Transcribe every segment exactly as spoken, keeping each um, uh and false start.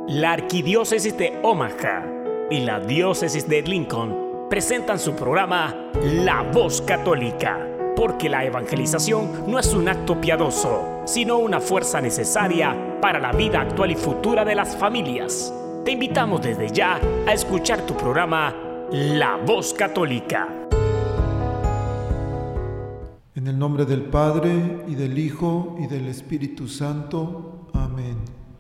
La Arquidiócesis de Omaha y la Diócesis de Lincoln presentan su programa La Voz Católica, porque la evangelización no es un acto piadoso, sino una fuerza necesaria para la vida actual y futura de las familias. Te invitamos desde ya a escuchar tu programa La Voz Católica. En el nombre del Padre, y del Hijo, y del Espíritu Santo. Amén.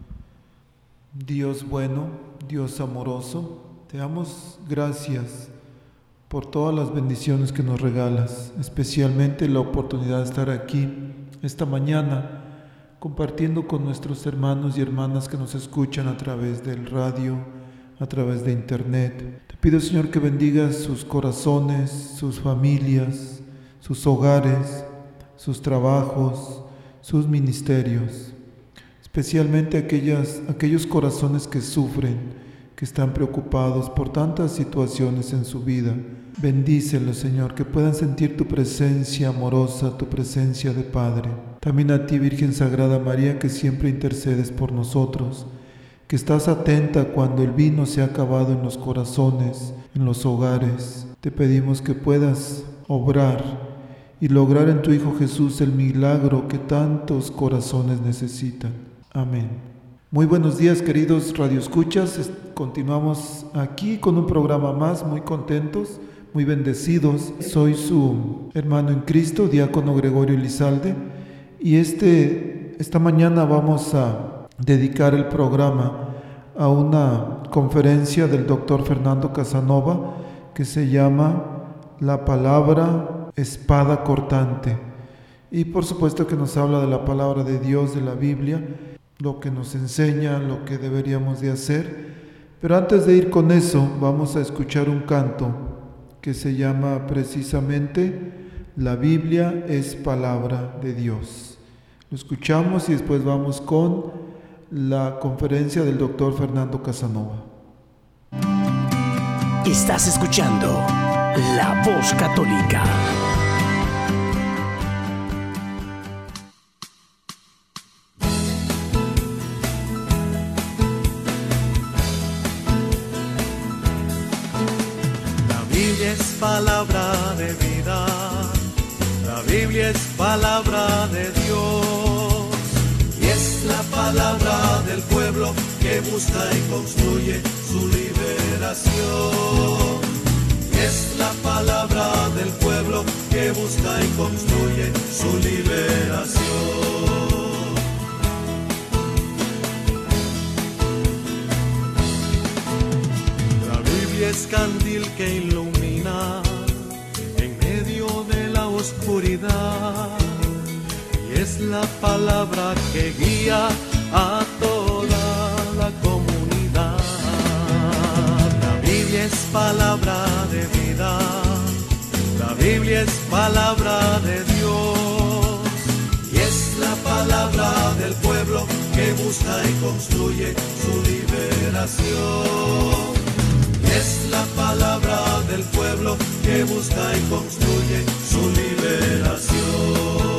Dios bueno, Dios amoroso, te damos gracias por todas las bendiciones que nos regalas, especialmente la oportunidad de estar aquí esta mañana compartiendo con nuestros hermanos y hermanas que nos escuchan a través del radio, a través de internet. Te pido, Señor, que bendigas sus corazones, sus familias, sus hogares, sus trabajos, sus ministerios, especialmente aquellas, aquellos corazones que sufren, que están preocupados por tantas situaciones en su vida. Bendícelos, Señor, que puedan sentir tu presencia amorosa, tu presencia de Padre. También a ti, Virgen Sagrada María, que siempre intercedes por nosotros, que estás atenta cuando el vino se ha acabado en los corazones, en los hogares. Te pedimos que puedas obrar y lograr en tu Hijo Jesús el milagro que tantos corazones necesitan. Amén. Muy buenos días, queridos radioescuchas. Continuamos aquí con un programa más, muy contentos, muy bendecidos. Soy su hermano en Cristo, diácono Gregorio Elizalde, y este, esta mañana vamos a dedicar el programa a una conferencia del doctor Fernando Casanova que se llama La Palabra Espada Cortante. Y por supuesto que nos habla de la palabra de Dios, de la Biblia, lo que nos enseña, lo que deberíamos de hacer. Pero antes de ir con eso, vamos a escuchar un canto que se llama precisamente La Biblia es Palabra de Dios. Lo escuchamos y después vamos con la conferencia del doctor Fernando Casanova. Estás escuchando La Voz Católica. Palabra de vida, la Biblia es palabra de Dios y es la palabra del pueblo que busca y construye su liberación. Es la palabra del pueblo que busca y construye su liberación. La Biblia es candil que ilumina en medio de la oscuridad y es la palabra que guía a toda la comunidad. La Biblia es palabra de vida, la Biblia es palabra de Dios y es la palabra del pueblo que busca y construye su liberación. Es la palabra del pueblo que busca y construye su liberación.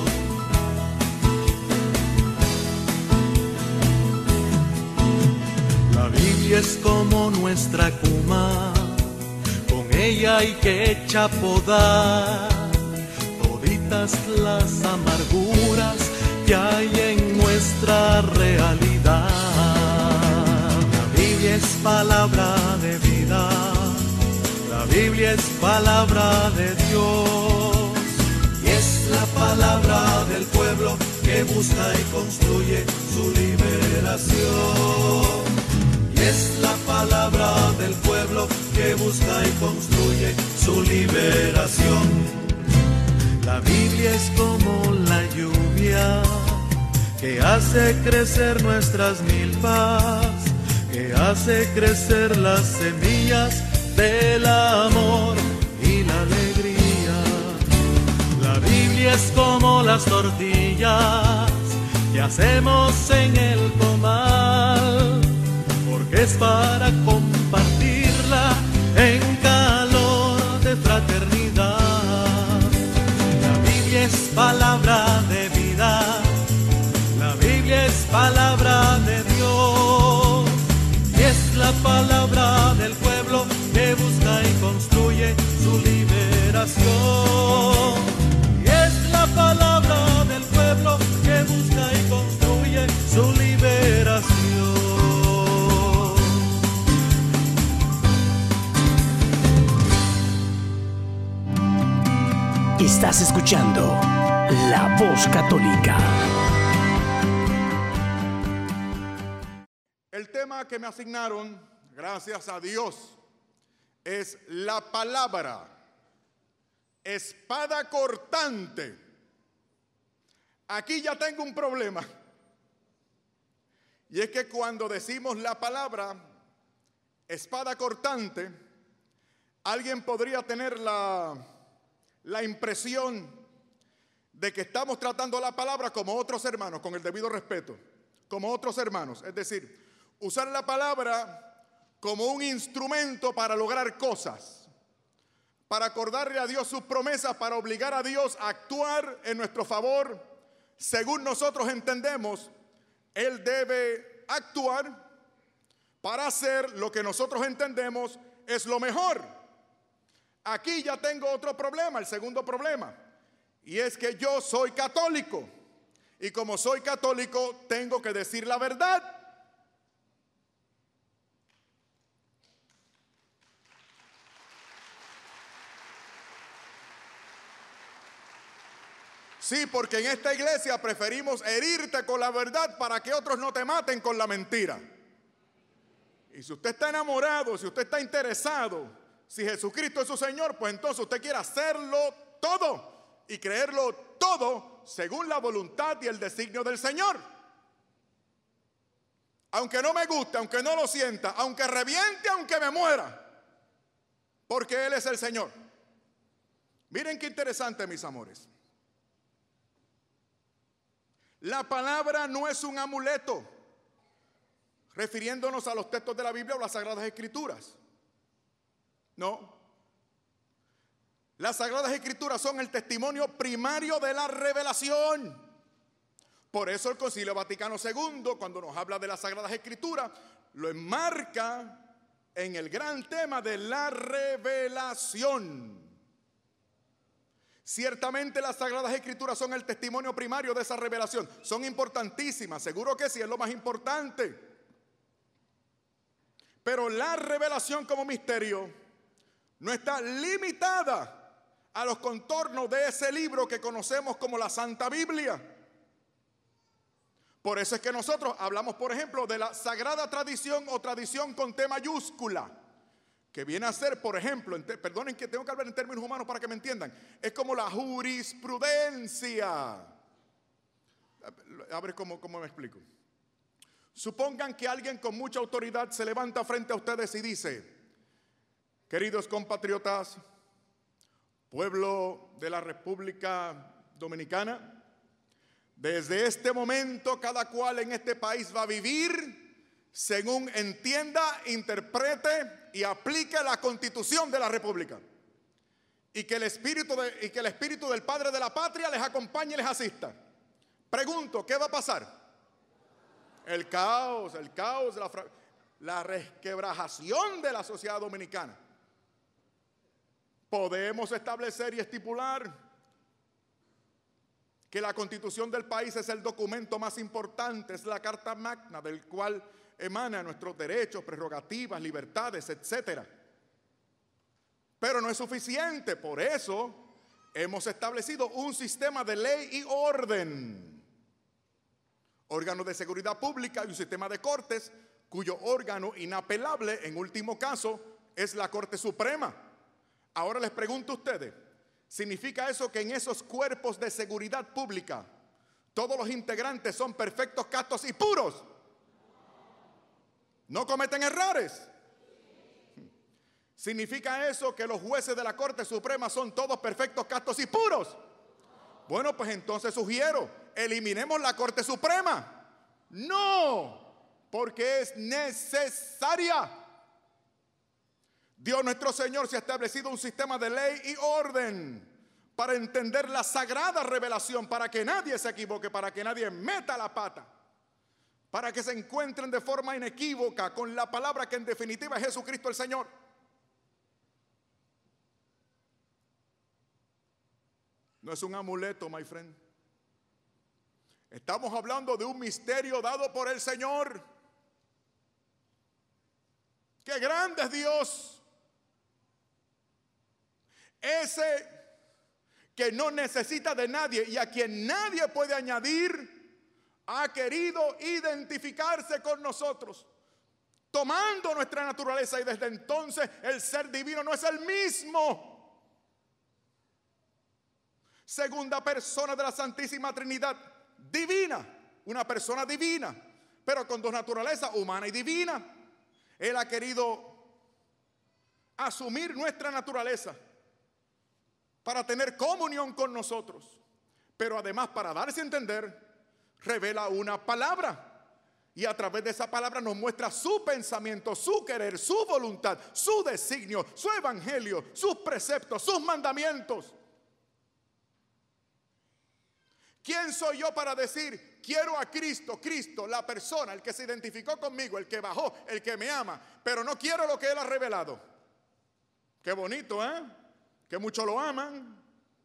La Biblia es como nuestra cuma, con ella hay que echapodar toditas las amarguras que hay en nuestra realidad. La Biblia es palabra de vida, la Biblia es palabra de Dios y es la palabra del pueblo que busca y construye su liberación. Y es la palabra del pueblo que busca y construye su liberación. La Biblia es como la lluvia que hace crecer nuestras milpas, que hace crecer las semillas del amor y la alegría. La Biblia es como las tortillas que hacemos en el comal, porque es para compartirla en calor de fraternidad. La Biblia es palabra de vida, la Biblia es palabra de Dios la palabra del pueblo que busca y construye su liberación. Y es la palabra del pueblo que busca y construye su liberación. Estás escuchando La Voz Católica. El tema que me asignaron, gracias a Dios, es la palabra, espada cortante. Aquí ya tengo un problema. Y es que cuando decimos la palabra, espada cortante, alguien podría tener la, la impresión de que estamos tratando la palabra como otros hermanos, con el debido respeto, como otros hermanos. Es decir, usar la palabra como un instrumento para lograr cosas, para acordarle a Dios sus promesas, para obligar a Dios a actuar en nuestro favor. Según nosotros entendemos, Él debe actuar para hacer lo que nosotros entendemos es lo mejor. Aquí ya tengo otro problema, el segundo problema, y es que yo soy católico, y como soy católico tengo que decir la verdad. Sí, porque en esta iglesia preferimos herirte con la verdad para que otros no te maten con la mentira. Y si usted está enamorado, si usted está interesado, si Jesucristo es su Señor, pues entonces usted quiere hacerlo todo y creerlo todo según la voluntad y el designio del Señor. Aunque no me guste, aunque no lo sienta, aunque reviente, aunque me muera, porque Él es el Señor. Miren qué interesante, mis amores. La palabra no es un amuleto, refiriéndonos a los textos de la Biblia o las Sagradas Escrituras. No. Las Sagradas Escrituras son el testimonio primario de la revelación. Por eso el Concilio Vaticano segundo, cuando nos habla de las Sagradas Escrituras, lo enmarca en el gran tema de la revelación. Ciertamente las Sagradas Escrituras son el testimonio primario de esa revelación. Son importantísimas, seguro que sí, es lo más importante. Pero la revelación como misterio no está limitada a los contornos de ese libro que conocemos como la Santa Biblia. Por eso es que nosotros hablamos, por ejemplo, de la sagrada tradición o tradición con T mayúscula, que viene a ser, por ejemplo, en te, perdonen que tengo que hablar en términos humanos para que me entiendan, es como la jurisprudencia. A ver cómo, cómo me explico. Supongan que alguien con mucha autoridad se levanta frente a ustedes y dice: queridos compatriotas, pueblo de la República Dominicana, desde este momento cada cual en este país va a vivir según entienda, interprete y aplique la Constitución de la República. Y que el Espíritu, de, y que el Espíritu del Padre de la Patria les acompañe y les asista. Pregunto, ¿qué va a pasar? El caos, el caos, la, la resquebrajación de la sociedad dominicana. Podemos establecer y estipular que la Constitución del país es el documento más importante, es la Carta Magna del cual emana nuestros derechos, prerrogativas, libertades, etcétera. Pero no es suficiente, por eso hemos establecido un sistema de ley y orden, órganos de seguridad pública y un sistema de cortes, cuyo órgano inapelable, en último caso, es la Corte Suprema. Ahora les pregunto a ustedes, ¿significa eso que en esos cuerpos de seguridad pública todos los integrantes son perfectos, castos y puros? ¿No cometen errores? ¿Significa eso que los jueces de la Corte Suprema son todos perfectos, castos y puros? Bueno, pues entonces sugiero, eliminemos la Corte Suprema. No, porque es necesaria. Dios nuestro Señor se ha establecido un sistema de ley y orden para entender la sagrada revelación, para que nadie se equivoque, para que nadie meta la pata. para que se encuentren de forma inequívoca con la palabra que en definitiva es Jesucristo el Señor. No es un amuleto, my friend. Estamos hablando de un misterio dado por el Señor. ¡Qué grande es Dios! Ese que no necesita de nadie y a quien nadie puede añadir, ha querido identificarse con nosotros, tomando nuestra naturaleza, y desde entonces el ser divino no es el mismo. Segunda persona de la Santísima Trinidad, divina, una persona divina, pero con dos naturalezas, humana y divina. Él ha querido asumir nuestra naturaleza para tener comunión con nosotros, pero además, para darse a entender, revela una palabra, y a través de esa palabra nos muestra su pensamiento, su querer, su voluntad, su designio, su evangelio, sus preceptos, sus mandamientos. ¿Quién soy yo para decir, quiero a Cristo, Cristo, la persona, el que se identificó conmigo, el que bajó, el que me ama, pero no quiero lo que Él ha revelado? Qué bonito, ¿eh? Que muchos lo aman.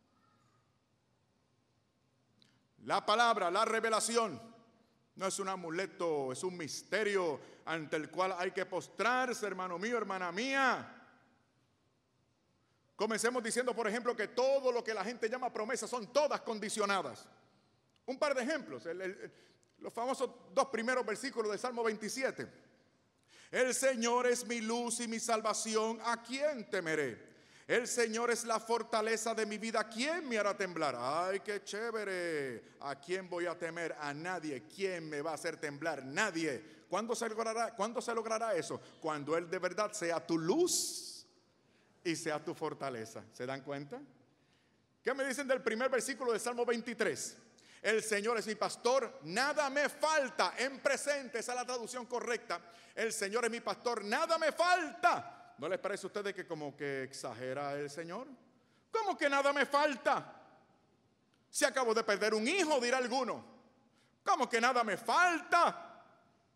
La palabra, la revelación, no es un amuleto, es un misterio ante el cual hay que postrarse, hermano mío, hermana mía. Comencemos diciendo, por ejemplo, que todo lo que la gente llama promesas son todas condicionadas. Un par de ejemplos, el, el, los famosos dos primeros versículos del Salmo veintisiete. El Señor es mi luz y mi salvación, ¿a quién temeré? El Señor es la fortaleza de mi vida, ¿quién me hará temblar? ¡Ay, qué chévere! ¿A quién voy a temer? A nadie. ¿Quién me va a hacer temblar? Nadie. ¿Cuándo se logrará, ¿cuándo se logrará eso? Cuando Él de verdad sea tu luz y sea tu fortaleza. ¿Se dan cuenta? ¿Qué me dicen del primer versículo del Salmo veintitrés? El Señor es mi pastor, nada me falta. En presente, esa es la traducción correcta. El Señor es mi pastor, nada me falta. ¿No les parece a ustedes que como que exagera el Señor? ¿Cómo que nada me falta? Si acabo de perder un hijo, dirá alguno. ¿Cómo que nada me falta?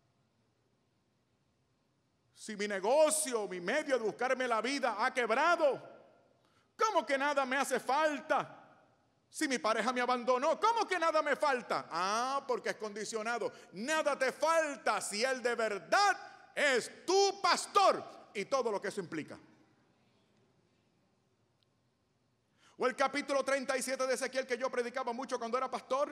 Si mi negocio, mi medio de buscarme la vida ha quebrado, ¿cómo que nada me hace falta? Si mi pareja me abandonó, ¿cómo que nada me falta? Ah, porque es condicionado. Nada te falta si Él de verdad es tu pastor y todo lo que eso implica. O el capítulo treinta y siete de Ezequiel, que yo predicaba mucho cuando era pastor.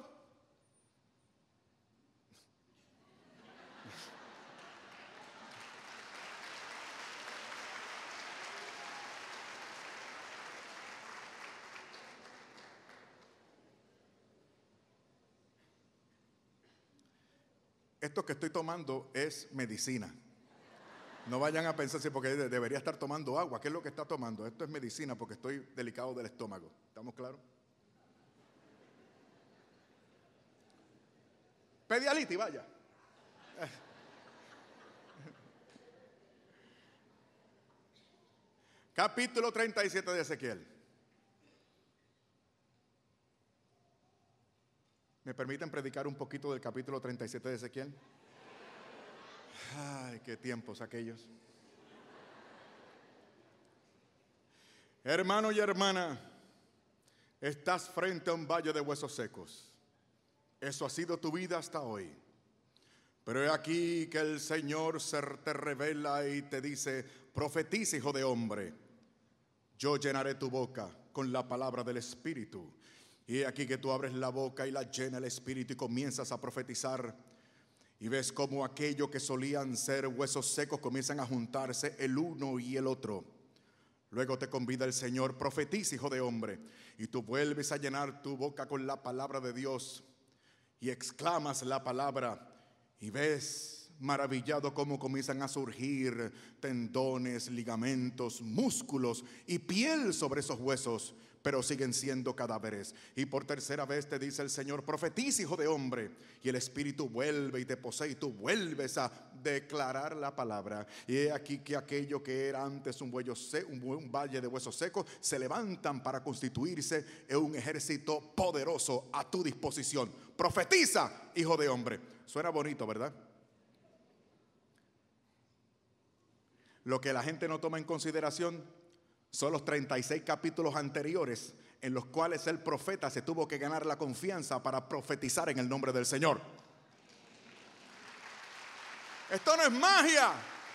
Esto que estoy tomando es medicina. No vayan a pensar así, porque debería estar tomando agua. ¿Qué es lo que está tomando? Esto es medicina porque estoy delicado del estómago. ¿Estamos claros? Pedialitis, vaya. Capítulo treinta y siete de Ezequiel. ¿Me permiten predicar un poquito del capítulo treinta y siete de Ezequiel? Ay, qué tiempos aquellos. Hermano y hermana, estás frente a un valle de huesos secos. Eso ha sido tu vida hasta hoy. Pero he aquí que el Señor se te revela y te dice: profetiza, hijo de hombre, yo llenaré tu boca con la palabra del Espíritu. Y he aquí que tú abres la boca y la llena el Espíritu y comienzas a profetizar. Y ves cómo aquello que solían ser huesos secos comienzan a juntarse el uno y el otro. Luego te convida el Señor: profetiza, hijo de hombre. Y tú vuelves a llenar tu boca con la palabra de Dios. Y exclamas la palabra. Y ves maravillado cómo comienzan a surgir tendones, ligamentos, músculos y piel sobre esos huesos, pero siguen siendo cadáveres. Y por tercera vez te dice el Señor: profetiza, hijo de hombre. Y el Espíritu vuelve y te posee y tú vuelves a declarar la palabra. Y he aquí que aquello que era antes un, un, un valle de huesos secos se levantan para constituirse en un ejército poderoso a tu disposición. Profetiza, hijo de hombre. Suena bonito, ¿verdad? Lo que la gente no toma en consideración son los treinta y seis capítulos anteriores en los cuales el profeta se tuvo que ganar la confianza para profetizar en el nombre del Señor. Esto no es magia.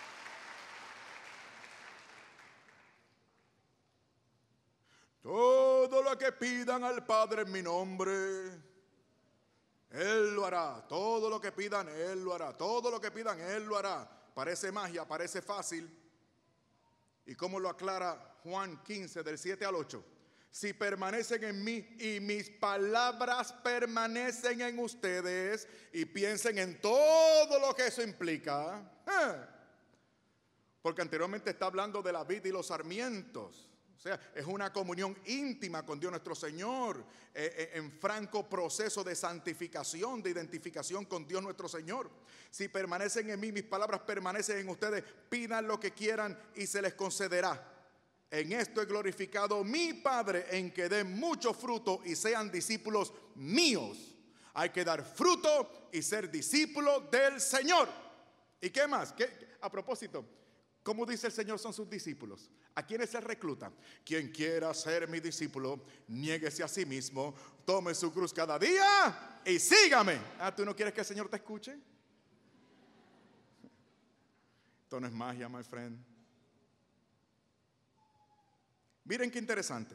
Todo lo que pidan al Padre en mi nombre, Él lo hará. Todo lo que pidan, Él lo hará. Todo lo que pidan, Él lo hará. Parece magia, parece fácil. ¿Y cómo lo aclara Juan quince, del siete al ocho? Si permanecen en mí y mis palabras permanecen en ustedes, y piensen en todo lo que eso implica. ¿eh? Porque anteriormente está hablando de la vid y los sarmientos. O sea, es una comunión íntima con Dios nuestro Señor, eh, eh, en franco proceso de santificación, de identificación con Dios nuestro Señor. Si permanecen en mí, mis palabras permanecen en ustedes, pidan lo que quieran y se les concederá. En esto he glorificado mi Padre, en que den mucho fruto y sean discípulos míos. Hay que dar fruto y ser discípulo del Señor. ¿Y qué más? ¿Qué? A propósito, ¿cómo dice el Señor son sus discípulos? ¿A quiénes se recluta? Quien quiera ser mi discípulo, niéguese a sí mismo, tome su cruz cada día y sígame. Ah, ¿tú no quieres que el Señor te escuche? Esto no es magia, my friend. Miren qué interesante.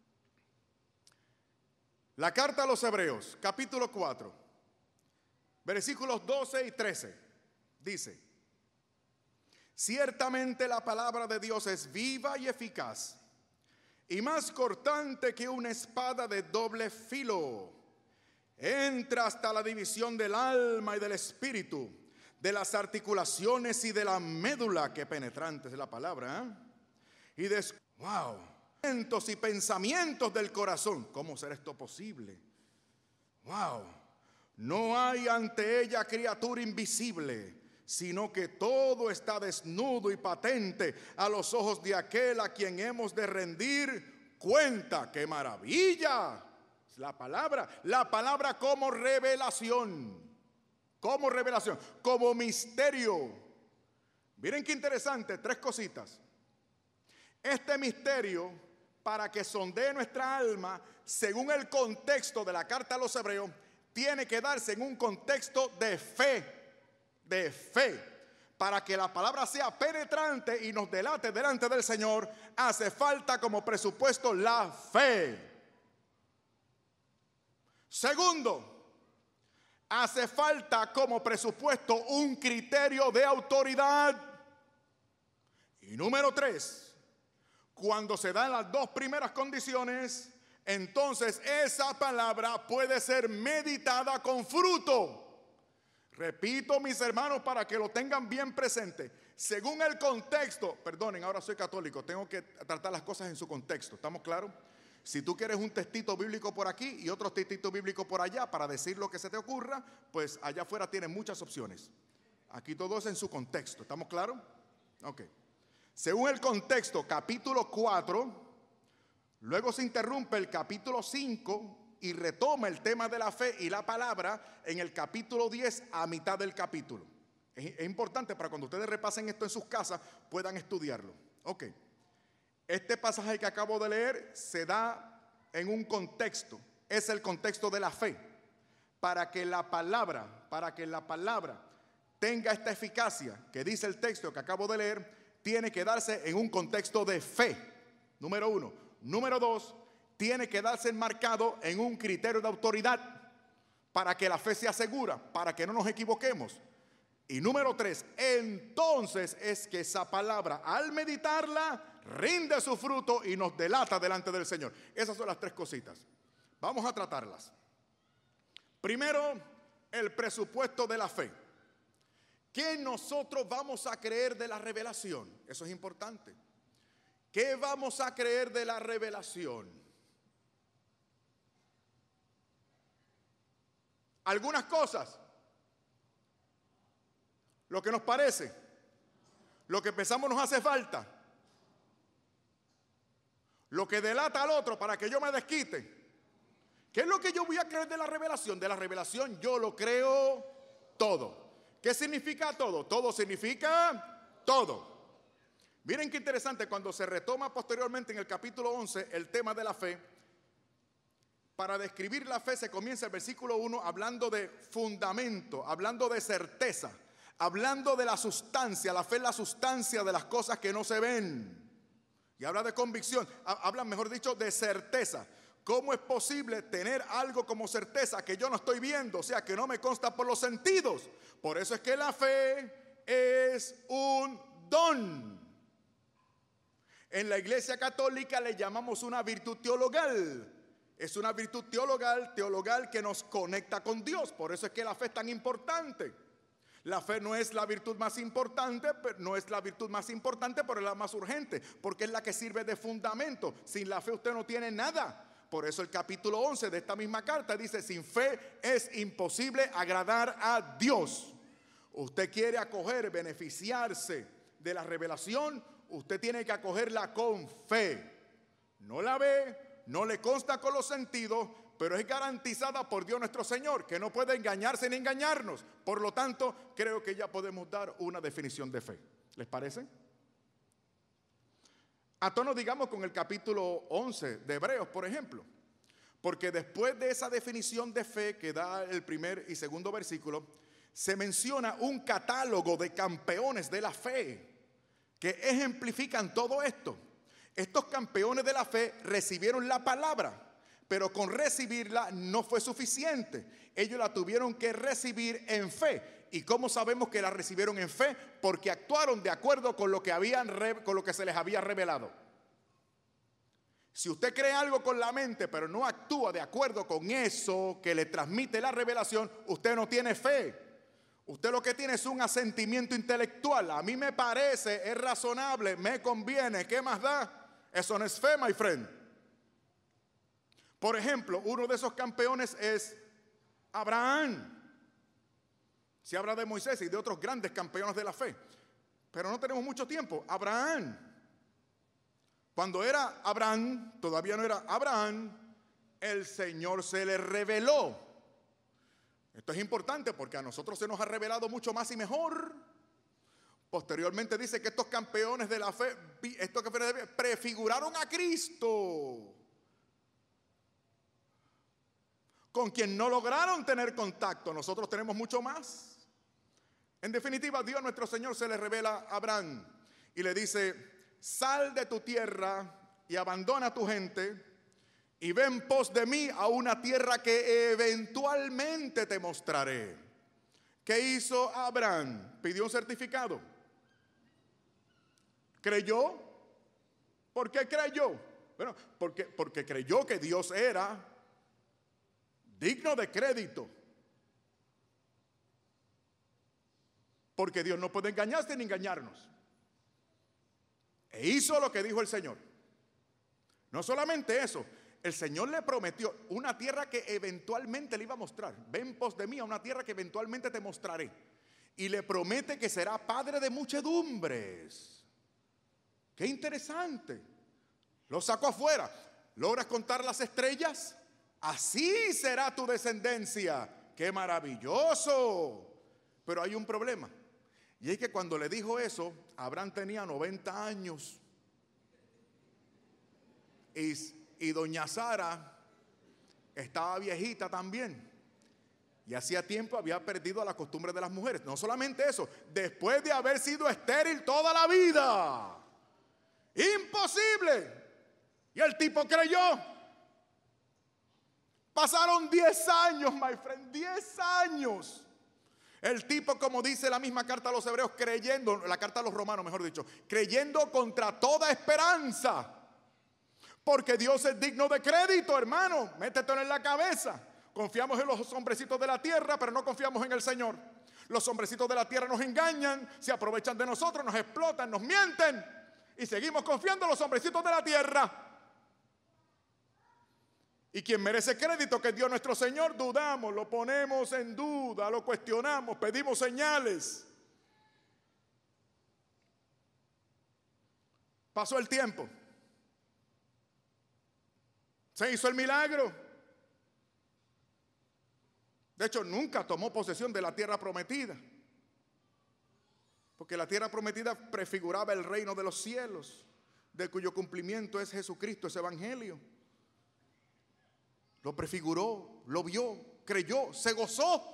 La carta a los Hebreos, capítulo cuatro, versículos doce y trece, dice: ciertamente la palabra de Dios es viva y eficaz, y más cortante que una espada de doble filo. Entra hasta la división del alma y del espíritu, de las articulaciones y de la médula, que penetrante es la palabra, ¿eh? Y de wow, y pensamientos del corazón. ¿Cómo será esto posible? Wow. No hay ante ella criatura invisible, sino que todo está desnudo y patente a los ojos de aquel a quien hemos de rendir cuenta. ¡Qué maravilla! La palabra, la palabra como revelación, como revelación, como misterio. Miren qué interesante, tres cositas. Este misterio, para que sondee nuestra alma, según el contexto de la carta a los Hebreos, tiene que darse en un contexto de fe. De fe, para que la palabra sea penetrante y nos delate delante del Señor, hace falta como presupuesto la fe. Segundo, hace falta como presupuesto un criterio de autoridad. Y número tres, cuando se dan las dos primeras condiciones, entonces esa palabra puede ser meditada con fruto. Repito, mis hermanos, para que lo tengan bien presente. Según el contexto, perdonen, ahora soy católico, tengo que tratar las cosas en su contexto. ¿Estamos claros? Si tú quieres un textito bíblico por aquí y otro textito bíblico por allá para decir lo que se te ocurra, pues allá afuera tienes muchas opciones. Aquí todo es en su contexto. ¿Estamos claros? Ok. Según el contexto, capítulo cuatro, luego se interrumpe el capítulo cinco y retoma el tema de la fe y la palabra en el capítulo diez, a mitad del capítulo. Es, es importante para cuando ustedes repasen esto en sus casas puedan estudiarlo. Ok. Este pasaje que acabo de leer se da en un contexto. Es el contexto de la fe. Para que la palabra, para que la palabra tenga esta eficacia que dice el texto que acabo de leer, tiene que darse en un contexto de fe. Número uno. Número dos, tiene que darse enmarcado en un criterio de autoridad para que la fe sea segura, para que no nos equivoquemos. Y número tres, entonces es que esa palabra, al meditarla, rinde su fruto y nos delata delante del Señor. Esas son las tres cositas. Vamos a tratarlas. Primero, el presupuesto de la fe. ¿Qué nosotros vamos a creer de la revelación? Eso es importante. ¿Qué vamos a creer de la revelación? Algunas cosas, lo que nos parece, lo que pensamos nos hace falta, lo que delata al otro para que yo me desquite. ¿Qué es lo que yo voy a creer de la revelación? De la revelación yo lo creo todo. ¿Qué significa todo? Todo significa todo. Miren qué interesante, cuando se retoma posteriormente en el capítulo once el tema de la fe, para describir la fe se comienza el versículo uno hablando de fundamento, hablando de certeza, hablando de la sustancia. La fe es la sustancia de las cosas que no se ven. Y habla de convicción, habla mejor dicho de certeza. ¿Cómo es posible tener algo como certeza que yo no estoy viendo? O sea, que no me consta por los sentidos. Por eso es que la fe es un don. En la Iglesia Católica le llamamos una virtud teologal. Es una virtud teologal, teologal que nos conecta con Dios. Por eso es que la fe es tan importante. La fe no es la virtud más importante, no es la virtud más importante, pero es la más urgente, porque es la que sirve de fundamento. Sin la fe usted no tiene nada. Por eso el capítulo once de esta misma carta dice: sin fe es imposible agradar a Dios. Usted quiere acoger, beneficiarse de la revelación, usted tiene que acogerla con fe. No la ve, no le consta con los sentidos, pero es garantizada por Dios nuestro Señor, que no puede engañarse ni engañarnos. Por lo tanto, creo que ya podemos dar una definición de fe. ¿Les parece? A tono, digamos, con el capítulo once de Hebreos, por ejemplo. Porque después de esa definición de fe que da el primer y segundo versículo, se menciona un catálogo de campeones de la fe que ejemplifican todo esto. Estos campeones de la fe recibieron la palabra, pero con recibirla no fue suficiente. Ellos la tuvieron que recibir en fe. ¿Y cómo sabemos que la recibieron en fe? Porque actuaron de acuerdo con lo que habían, con lo que se les había revelado. Si usted cree algo con la mente, pero no actúa de acuerdo con eso que le transmite la revelación, usted no tiene fe. Usted lo que tiene es un asentimiento intelectual. A mí me parece, es razonable, me conviene, ¿qué más da? Eso no es fe, my friend. Por ejemplo, uno de esos campeones es Abraham. Se habla de Moisés y de otros grandes campeones de la fe, pero no tenemos mucho tiempo. Abraham, cuando era Abraham, todavía no era Abraham, el Señor se le reveló. Esto es importante porque a nosotros se nos ha revelado mucho más y mejor. Posteriormente dice que estos campeones de la fe, estos campeones de la fe prefiguraron a Cristo, con quien no lograron tener contacto. Nosotros tenemos mucho más. En definitiva, Dios nuestro Señor se le revela a Abraham y le dice: sal de tu tierra y abandona a tu gente y ven en pos de mí a una tierra que eventualmente te mostraré. ¿Qué hizo Abraham? Pidió un certificado. ¿Creyó? ¿Por qué creyó? Bueno, porque, porque creyó que Dios era digno de crédito. Porque Dios no puede engañarse ni engañarnos. E hizo lo que dijo el Señor. No solamente eso, el Señor le prometió una tierra que eventualmente le iba a mostrar. Ven en pos de mí a una tierra que eventualmente te mostraré. Y le promete que será padre de muchedumbres. Qué interesante. Lo sacó afuera. ¿Logras contar las estrellas? Así será tu descendencia. ¡Qué maravilloso! Pero hay un problema. Y es que cuando le dijo eso, Abraham tenía noventa años. Y, y doña Sara estaba viejita también. Y hacía tiempo había perdido la costumbre de las mujeres. No solamente eso, después de haber sido estéril toda la vida. ¡Imposible! Y el tipo creyó. Pasaron diez años, my friend, diez años. El tipo, como dice la misma carta a los hebreos, creyendo, la carta a los romanos, mejor dicho, creyendo contra toda esperanza. Porque Dios es digno de crédito, hermano. Métetelo en la cabeza. Confiamos en los hombrecitos de la tierra, pero no confiamos en el Señor. Los hombrecitos de la tierra nos engañan, se aprovechan de nosotros, nos explotan, nos mienten. Y seguimos confiando en los hombrecitos de la tierra. Y quien merece crédito, que es Dios nuestro Señor, dudamos, lo ponemos en duda, lo cuestionamos, pedimos señales. Pasó el tiempo. Se hizo el milagro. De hecho, nunca tomó posesión de la tierra prometida. Porque la tierra prometida prefiguraba el reino de los cielos, de cuyo cumplimiento es Jesucristo, ese evangelio. Lo prefiguró, lo vio, creyó, se gozó.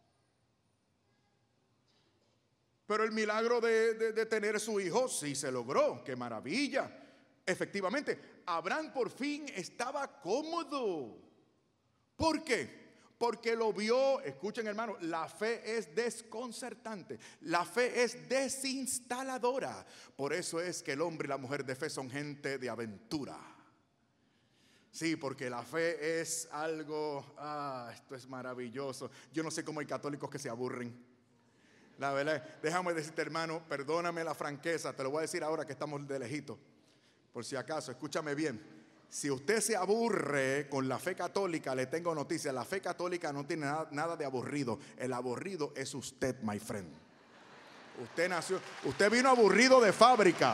Pero el milagro de, de, de tener su hijo sí se logró. ¡Qué maravilla! Efectivamente, Abraham por fin estaba cómodo. ¿Por qué? Porque lo vio. Escuchen, hermano, la fe es desconcertante. La fe es desinstaladora. Por eso es que el hombre y la mujer de fe son gente de aventura. Sí, porque la fe es algo, ah, esto es maravilloso. Yo no sé cómo hay católicos que se aburren. La verdad, déjame decirte, hermano, perdóname la franqueza, te lo voy a decir ahora que estamos de lejito. Por si acaso, escúchame bien. Si usted se aburre con la fe católica, le tengo noticias. La fe católica no tiene nada, nada de aburrido. El aburrido es usted, my friend. Usted nació, usted vino aburrido de fábrica.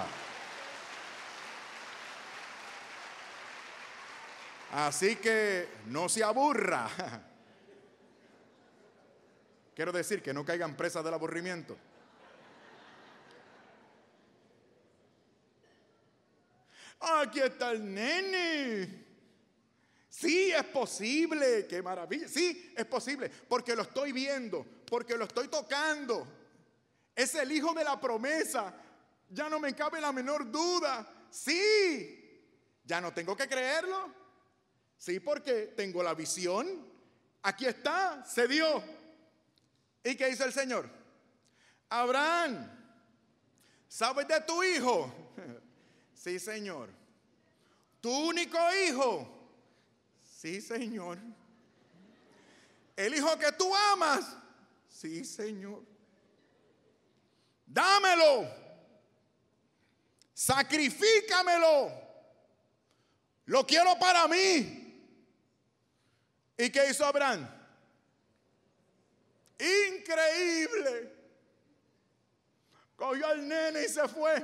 Así que no se aburra. Quiero decir que no caigan presas del aburrimiento. Aquí está el nene. Sí, es posible. Qué maravilla. Sí, es posible. Porque lo estoy viendo. Porque lo estoy tocando. Es el hijo de la promesa. Ya no me cabe la menor duda. Sí. Ya no tengo que creerlo. Sí, porque tengo la visión. Aquí está, se dio. ¿Y qué dice el Señor? Abraham, ¿sabes de tu hijo? Sí, Señor. ¿Tu único hijo? Sí, Señor. ¿El hijo que tú amas? Sí, Señor. Dámelo. Sacrifícamelo. Lo quiero para mí. ¿Y qué hizo Abraham? Increíble. Cogió al nene y se fue.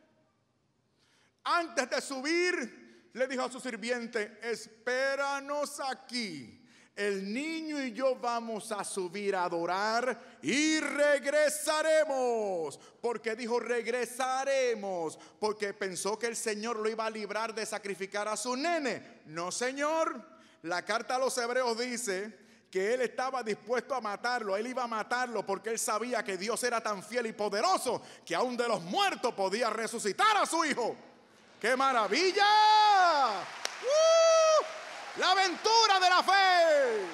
Antes de subir, le dijo a su sirviente: espéranos aquí. El niño y yo vamos a subir a adorar y regresaremos. Porque dijo regresaremos, porque pensó que el Señor lo iba a librar de sacrificar a su nene. No, Señor. La carta a los hebreos dice que él estaba dispuesto a matarlo. Él iba a matarlo porque él sabía que Dios era tan fiel y poderoso que aún de los muertos podía resucitar a su hijo. ¡Qué maravilla! ¡Uh! La aventura de la fe.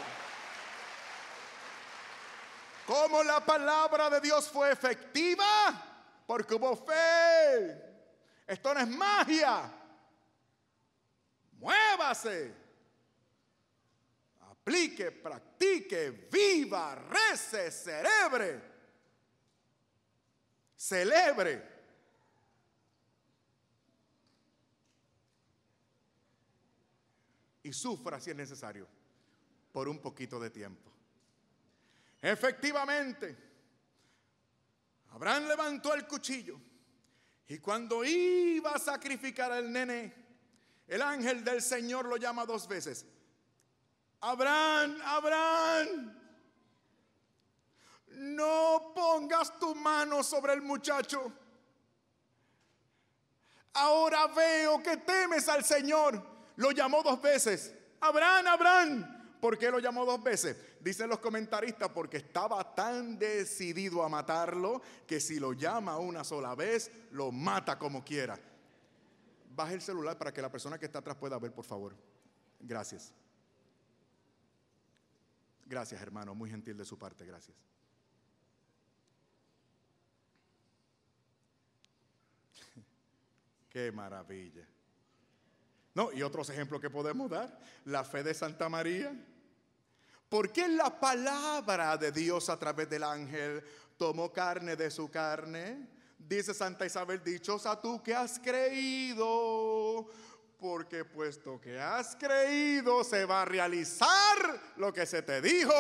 ¿Cómo la palabra de Dios fue efectiva? Porque hubo fe. Esto no es magia. Muévase. Aplique, practique, viva, rece, celebre. Celebre. Y sufra si es necesario, por un poquito de tiempo. Efectivamente, Abraham levantó el cuchillo y cuando iba a sacrificar al nene, el ángel del Señor lo llama dos veces. Abraham, Abraham, no pongas tu mano sobre el muchacho. Ahora veo que temes al Señor. Lo llamó dos veces. Abraham, Abraham. ¿Por qué lo llamó dos veces? Dicen los comentaristas porque estaba tan decidido a matarlo que si lo llama una sola vez, lo mata como quiera. Baje el celular para que la persona que está atrás pueda ver, por favor. Gracias. Gracias, hermano, muy gentil de su parte, gracias. Qué maravilla. No, y otros ejemplos que podemos dar, la fe de Santa María. Porque la palabra de Dios a través del ángel tomó carne de su carne. Dice Santa Isabel, dichosa tú que has creído, porque puesto que has creído se va a realizar lo que se te dijo.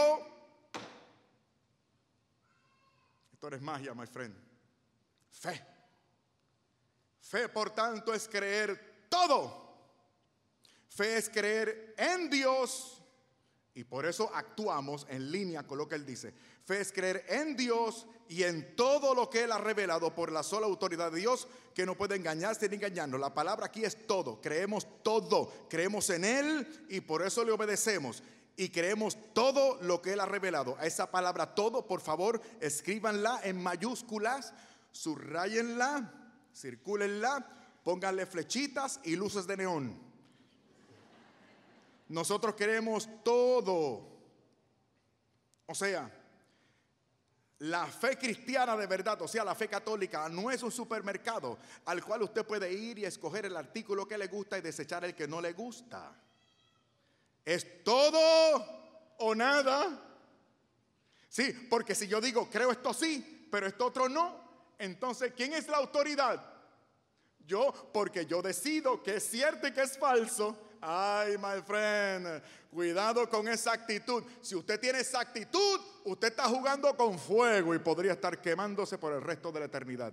Esto no es magia, my friend. Fe. Fe, por tanto, es creer todo. Fe es creer en Dios Y por eso actuamos en línea con lo que Él dice. Fe es creer en Dios y en todo lo que Él ha revelado por la sola autoridad de Dios, que no puede engañarse ni engañarnos. La palabra aquí es todo. Creemos todo. Creemos en Él y por eso le obedecemos. Y creemos todo lo que Él ha revelado. A esa palabra todo, por favor, escríbanla en mayúsculas, subrayenla, circúlenla, pónganle flechitas y luces de neón. Nosotros queremos todo. O sea, la fe cristiana de verdad, o sea, la fe católica, no es un supermercado al cual usted puede ir y escoger el artículo que le gusta y desechar el que no le gusta. Es todo o nada. Sí, porque si yo digo, creo esto sí, pero esto otro no, entonces, ¿quién es la autoridad? Yo, porque yo decido que es cierto y que es falso. Ay, my friend, cuidado con esa actitud. Si usted tiene esa actitud, usted está jugando con fuego y podría estar quemándose por el resto de la eternidad.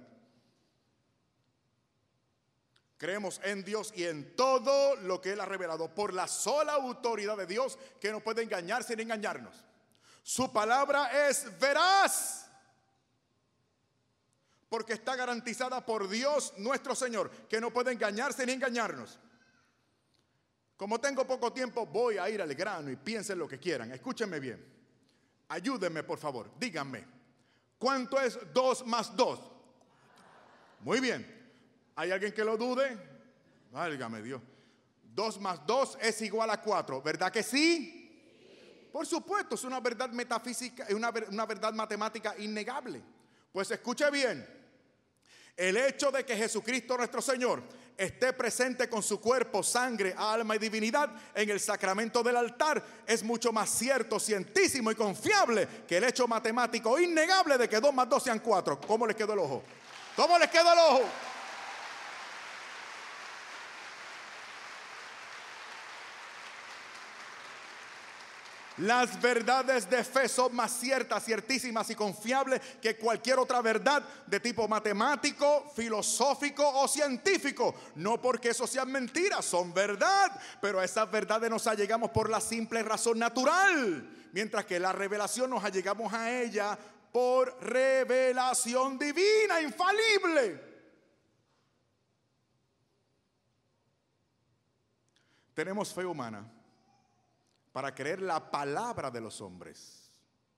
Creemos en Dios y en todo lo que Él ha revelado por la sola autoridad de Dios, que no puede engañarse ni engañarnos. Su palabra es veraz, porque está garantizada por Dios nuestro Señor, que no puede engañarse ni engañarnos. Como tengo poco tiempo, voy a ir al grano y piensen lo que quieran. Escúchenme bien. Ayúdenme, por favor. Díganme. ¿Cuánto es dos más dos? Muy bien. ¿Hay alguien que lo dude? Válgame Dios. dos más dos es igual a cuatro. ¿Verdad que sí? Por supuesto, es una verdad metafísica, una, una verdad matemática innegable. Pues escuche bien. El hecho de que Jesucristo nuestro Señor esté presente con su cuerpo, sangre, alma y divinidad en el sacramento del altar es mucho más cierto, cientísimo y confiable que el hecho matemático innegable de que dos más dos sean cuatro. ¿Cómo les quedó el ojo? ¿Cómo les quedó el ojo? Las verdades de fe son más ciertas, ciertísimas y confiables que cualquier otra verdad de tipo matemático, filosófico o científico. No porque eso sean mentiras, son verdad, pero a esas verdades nos allegamos por la simple razón natural, mientras que la revelación nos allegamos a ella por revelación divina, infalible. Tenemos fe humana para creer la palabra de los hombres,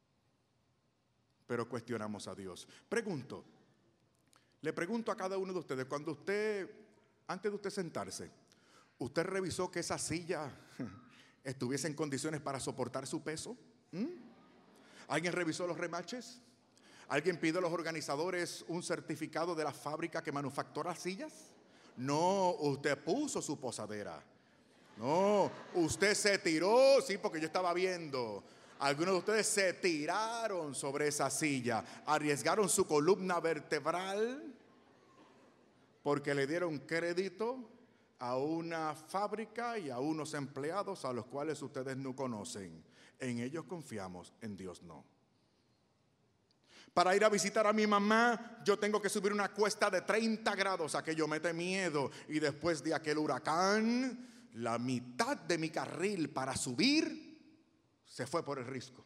pero cuestionamos a Dios. Pregunto, le pregunto a cada uno de ustedes, cuando usted, antes de usted sentarse, ¿usted revisó que esa silla estuviese en condiciones para soportar su peso? ¿Mm? ¿Alguien revisó los remaches? ¿Alguien pidió a los organizadores un certificado de la fábrica que manufactura sillas? No, usted puso su posadera. No, usted se tiró, sí, porque yo estaba viendo. Algunos de ustedes se tiraron sobre esa silla, arriesgaron su columna vertebral porque le dieron crédito a una fábrica y a unos empleados a los cuales ustedes no conocen. En ellos confiamos, en Dios no. Para ir a visitar a mi mamá, yo tengo que subir una cuesta de treinta grados, aquello mete miedo. Y después de aquel huracán, la mitad de mi carril para subir se fue por el risco.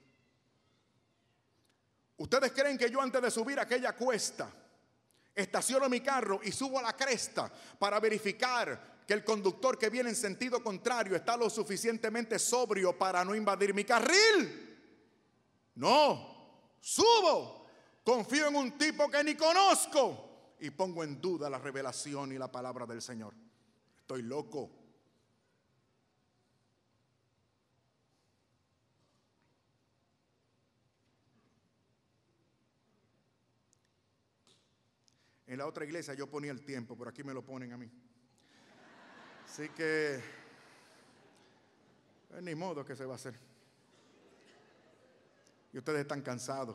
¿Ustedes creen que yo antes de subir aquella cuesta estaciono mi carro y subo a la cresta para verificar que el conductor que viene en sentido contrario está lo suficientemente sobrio para no invadir mi carril? No, subo, confío en un tipo que ni conozco y pongo en duda la revelación y la palabra del Señor. Estoy loco. En la otra iglesia yo ponía el tiempo, por aquí me lo ponen a mí. Así que, eh, ni modo que se va a hacer. Y ustedes están cansados.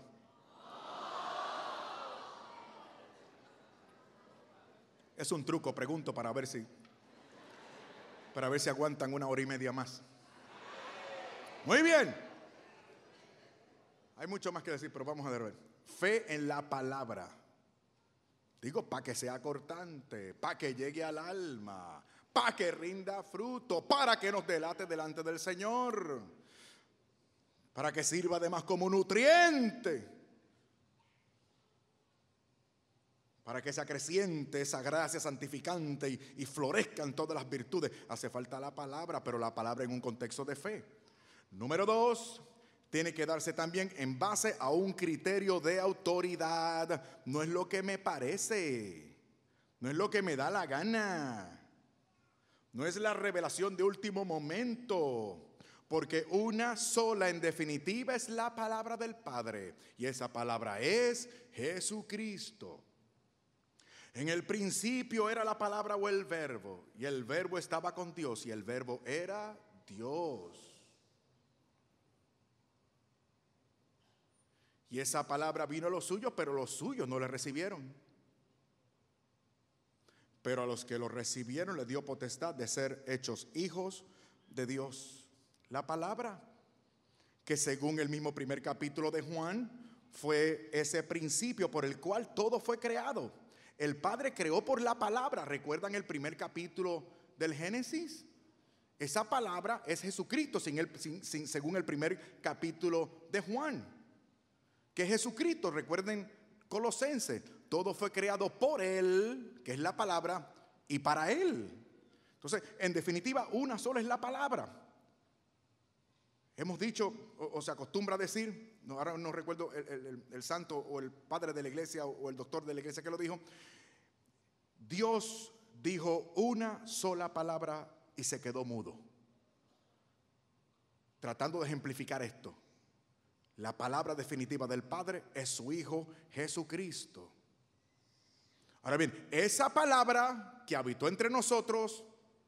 Es un truco, pregunto, para ver si, para ver si aguantan una hora y media más. Muy bien. Hay mucho más que decir, pero vamos a ver. Fe en la palabra. Digo, para que sea cortante, para que llegue al alma, para que rinda fruto, para que nos delate delante del Señor. para que sirva además como nutriente, para que se acreciente esa gracia santificante y, y florezcan todas las virtudes. Hace falta la palabra, pero la palabra en un contexto de fe. Número dos, tiene que darse también en base a un criterio de autoridad. No es lo que me parece, no es lo que me da la gana, no es la revelación de último momento. Porque una sola en definitiva es la palabra del Padre, y esa palabra es Jesucristo. En el principio era la palabra o el verbo, y el verbo estaba con Dios, y el verbo era Dios. Y esa palabra vino a los suyos, pero los suyos no le recibieron. Pero a los que lo recibieron le dio potestad de ser hechos hijos de Dios. La palabra, que según el mismo primer capítulo de Juan, fue ese principio por el cual todo fue creado. El Padre creó por la palabra. ¿Recuerdan el primer capítulo del Génesis? Esa palabra es Jesucristo, sin el, sin, sin, según el primer capítulo de Juan. Que es Jesucristo, recuerden Colosenses. Todo fue creado por Él, que es la palabra, y para Él. Entonces, en definitiva, una sola es la palabra. Hemos dicho, o, o se acostumbra a decir, no, ahora no recuerdo el, el, el santo o el padre de la iglesia o el doctor de la iglesia que lo dijo. Dios dijo una sola palabra y se quedó mudo. Tratando de ejemplificar esto. La palabra definitiva del Padre es su Hijo Jesucristo. Ahora bien, esa palabra que habitó entre nosotros,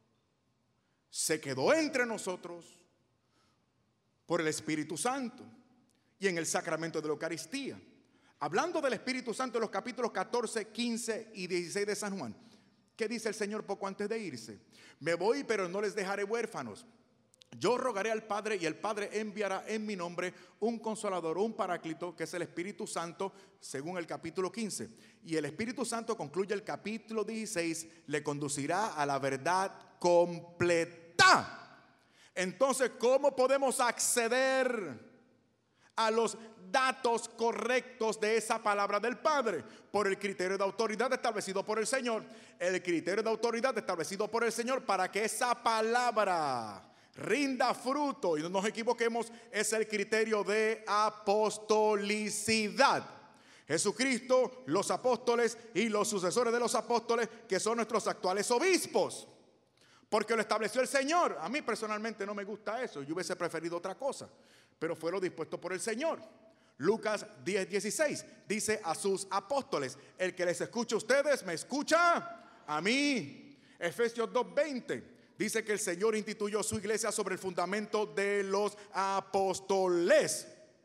se quedó entre nosotros por el Espíritu Santo y en el sacramento de la Eucaristía. Hablando del Espíritu Santo en los capítulos catorce, quince y dieciséis de San Juan, ¿qué dice el Señor poco antes de irse? Me voy, pero no les dejaré huérfanos. Yo rogaré al Padre, y el Padre enviará en mi nombre un consolador, un paráclito, que es el Espíritu Santo, según el capítulo quince. Y el Espíritu Santo, concluye el capítulo dieciséis, le conducirá a la verdad completa. Entonces, ¿cómo podemos acceder a los datos correctos de esa palabra del Padre? Por el criterio de autoridad establecido por el Señor. El criterio de autoridad establecido por el Señor para que esa palabra rinda fruto, y no nos equivoquemos, es el criterio de apostolicidad. Jesucristo, los apóstoles y los sucesores de los apóstoles, que son nuestros actuales obispos, porque lo estableció el Señor. A mí personalmente no me gusta eso, yo hubiese preferido otra cosa, pero fue lo dispuesto por el Señor. Lucas diez, dieciséis dice a sus apóstoles: el que les escucha a ustedes, me escucha a mí. Efesios dos, veinte dice que el Señor instituyó su iglesia sobre el fundamento de los apóstoles.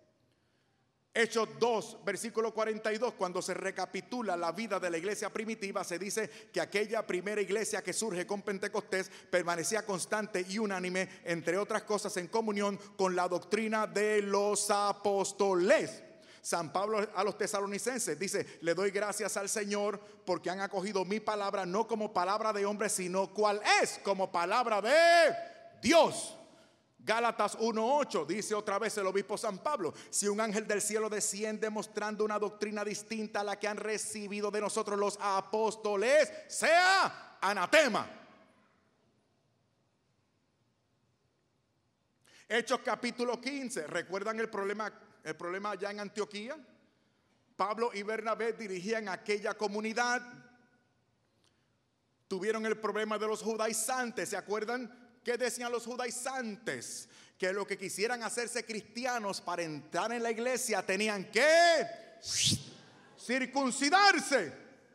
Hechos dos, versículo cuarenta y dos, cuando se recapitula la vida de la iglesia primitiva, se dice que aquella primera iglesia que surge con Pentecostés permanecía constante y unánime, entre otras cosas, en comunión con la doctrina de los apóstoles. San Pablo a los tesalonicenses dice: le doy gracias al Señor porque han acogido mi palabra no como palabra de hombre, sino cual es, como palabra de Dios. Gálatas uno, ocho dice otra vez el obispo San Pablo: si un ángel del cielo desciende mostrando una doctrina distinta a la que han recibido de nosotros los apóstoles, sea anatema. Hechos capítulo quince, ¿recuerdan el problema, el problema allá en Antioquía? Pablo y Bernabé dirigían aquella comunidad. Tuvieron el problema de los judaizantes, ¿se acuerdan? ¿Qué decían los judaizantes? Que lo que quisieran hacerse cristianos para entrar en la iglesia tenían que circuncidarse.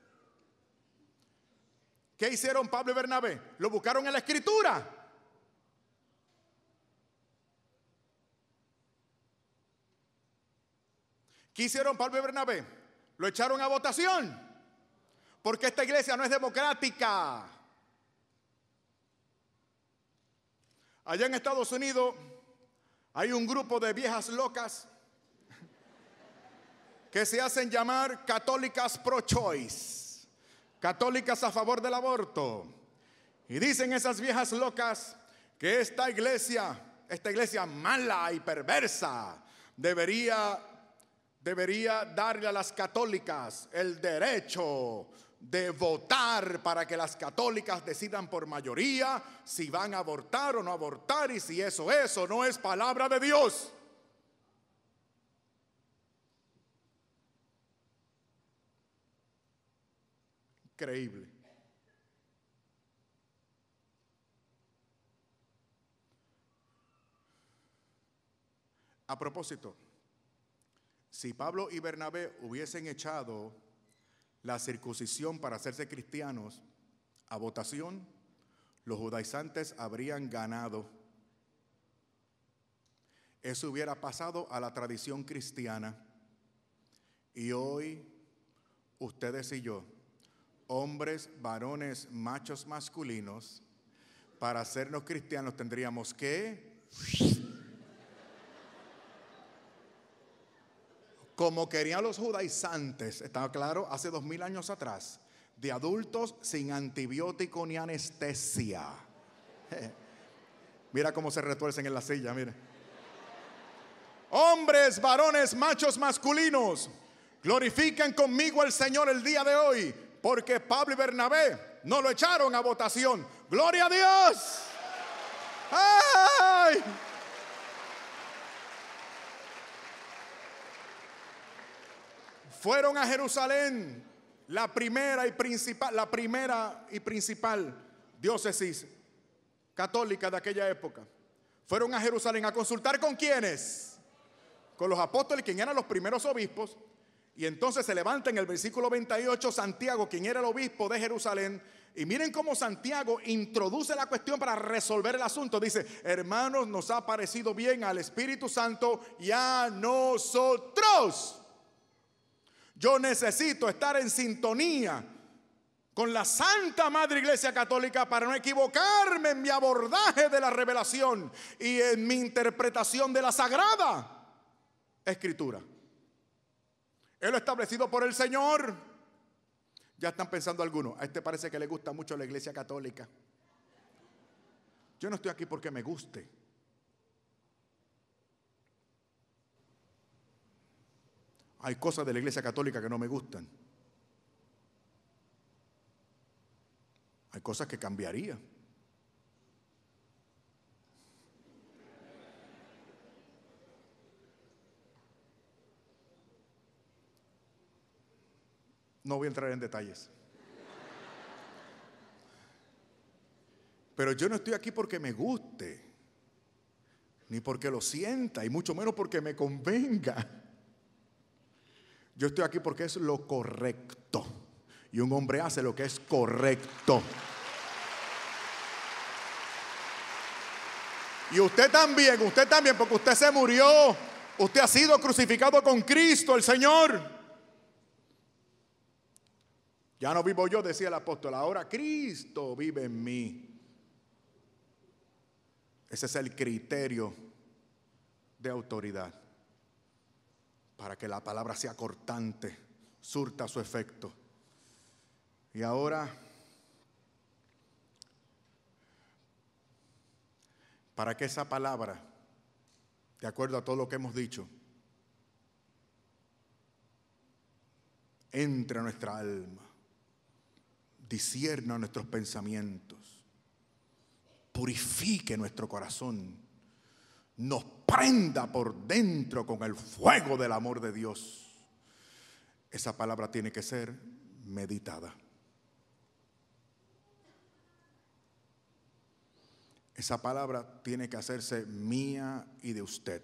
¿Qué hicieron Pablo y Bernabé? Lo buscaron en la escritura. ¿Qué hicieron Pablo y Bernabé? Lo echaron a votación, porque esta iglesia no es democrática. Allá en Estados Unidos hay un grupo de viejas locas que se hacen llamar católicas pro-choice, católicas a favor del aborto. Y dicen esas viejas locas que esta iglesia esta iglesia mala y perversa debería, debería darle a las católicas el derecho de votar para que las católicas decidan por mayoría si van a abortar o no abortar, y si eso es o no es palabra de Dios. Increíble. A propósito, si Pablo y Bernabé hubiesen echado la circuncisión para hacerse cristianos a votación, los judaizantes habrían ganado. Eso hubiera pasado a la tradición cristiana. Y hoy, ustedes y yo, hombres, varones, machos masculinos, para hacernos cristianos tendríamos que, como querían los judaizantes, ¿estaba claro? Hace dos mil años atrás, de adultos sin antibiótico ni anestesia. Mira cómo se retuercen en la silla, mire. Hombres, varones, machos masculinos, glorifiquen conmigo al Señor el día de hoy, porque Pablo y Bernabé no lo echaron a votación. ¡Gloria a Dios! ¡Ay! Fueron a Jerusalén, la primera y principal, la primera y principal diócesis católica de aquella época. Fueron a Jerusalén a consultar ¿con quiénes? Con los apóstoles, quien eran los primeros obispos. Y entonces se levanta en el versículo veintiocho Santiago, quien era el obispo de Jerusalén. Y miren cómo Santiago introduce la cuestión para resolver el asunto. Dice: hermanos, nos ha parecido bien al Espíritu Santo y a nosotros. Yo necesito estar en sintonía con la Santa Madre Iglesia Católica para no equivocarme en mi abordaje de la revelación y en mi interpretación de la Sagrada Escritura. Es lo establecido por el Señor. Ya están pensando algunos: a este parece que le gusta mucho la Iglesia Católica. Yo no estoy aquí porque me guste. Hay cosas de la Iglesia Católica que no me gustan. Hay cosas que cambiaría. No voy a entrar en detalles. Pero yo no estoy aquí porque me guste, ni porque lo sienta, y mucho menos porque me convenga. Yo estoy aquí porque es lo correcto. Y un hombre hace lo que es correcto. Y usted también, usted también, porque usted se murió. Usted ha sido crucificado con Cristo, el Señor. Ya no vivo yo, decía el apóstol, ahora Cristo vive en mí. Ese es el criterio de autoridad, para que la palabra sea cortante, surta su efecto. Y ahora, para que esa palabra, de acuerdo a todo lo que hemos dicho, entre a nuestra alma, discierna nuestros pensamientos, purifique nuestro corazón, nos prenda por dentro con el fuego del amor de Dios. Esa palabra tiene que ser meditada. Esa palabra tiene que hacerse mía y de usted.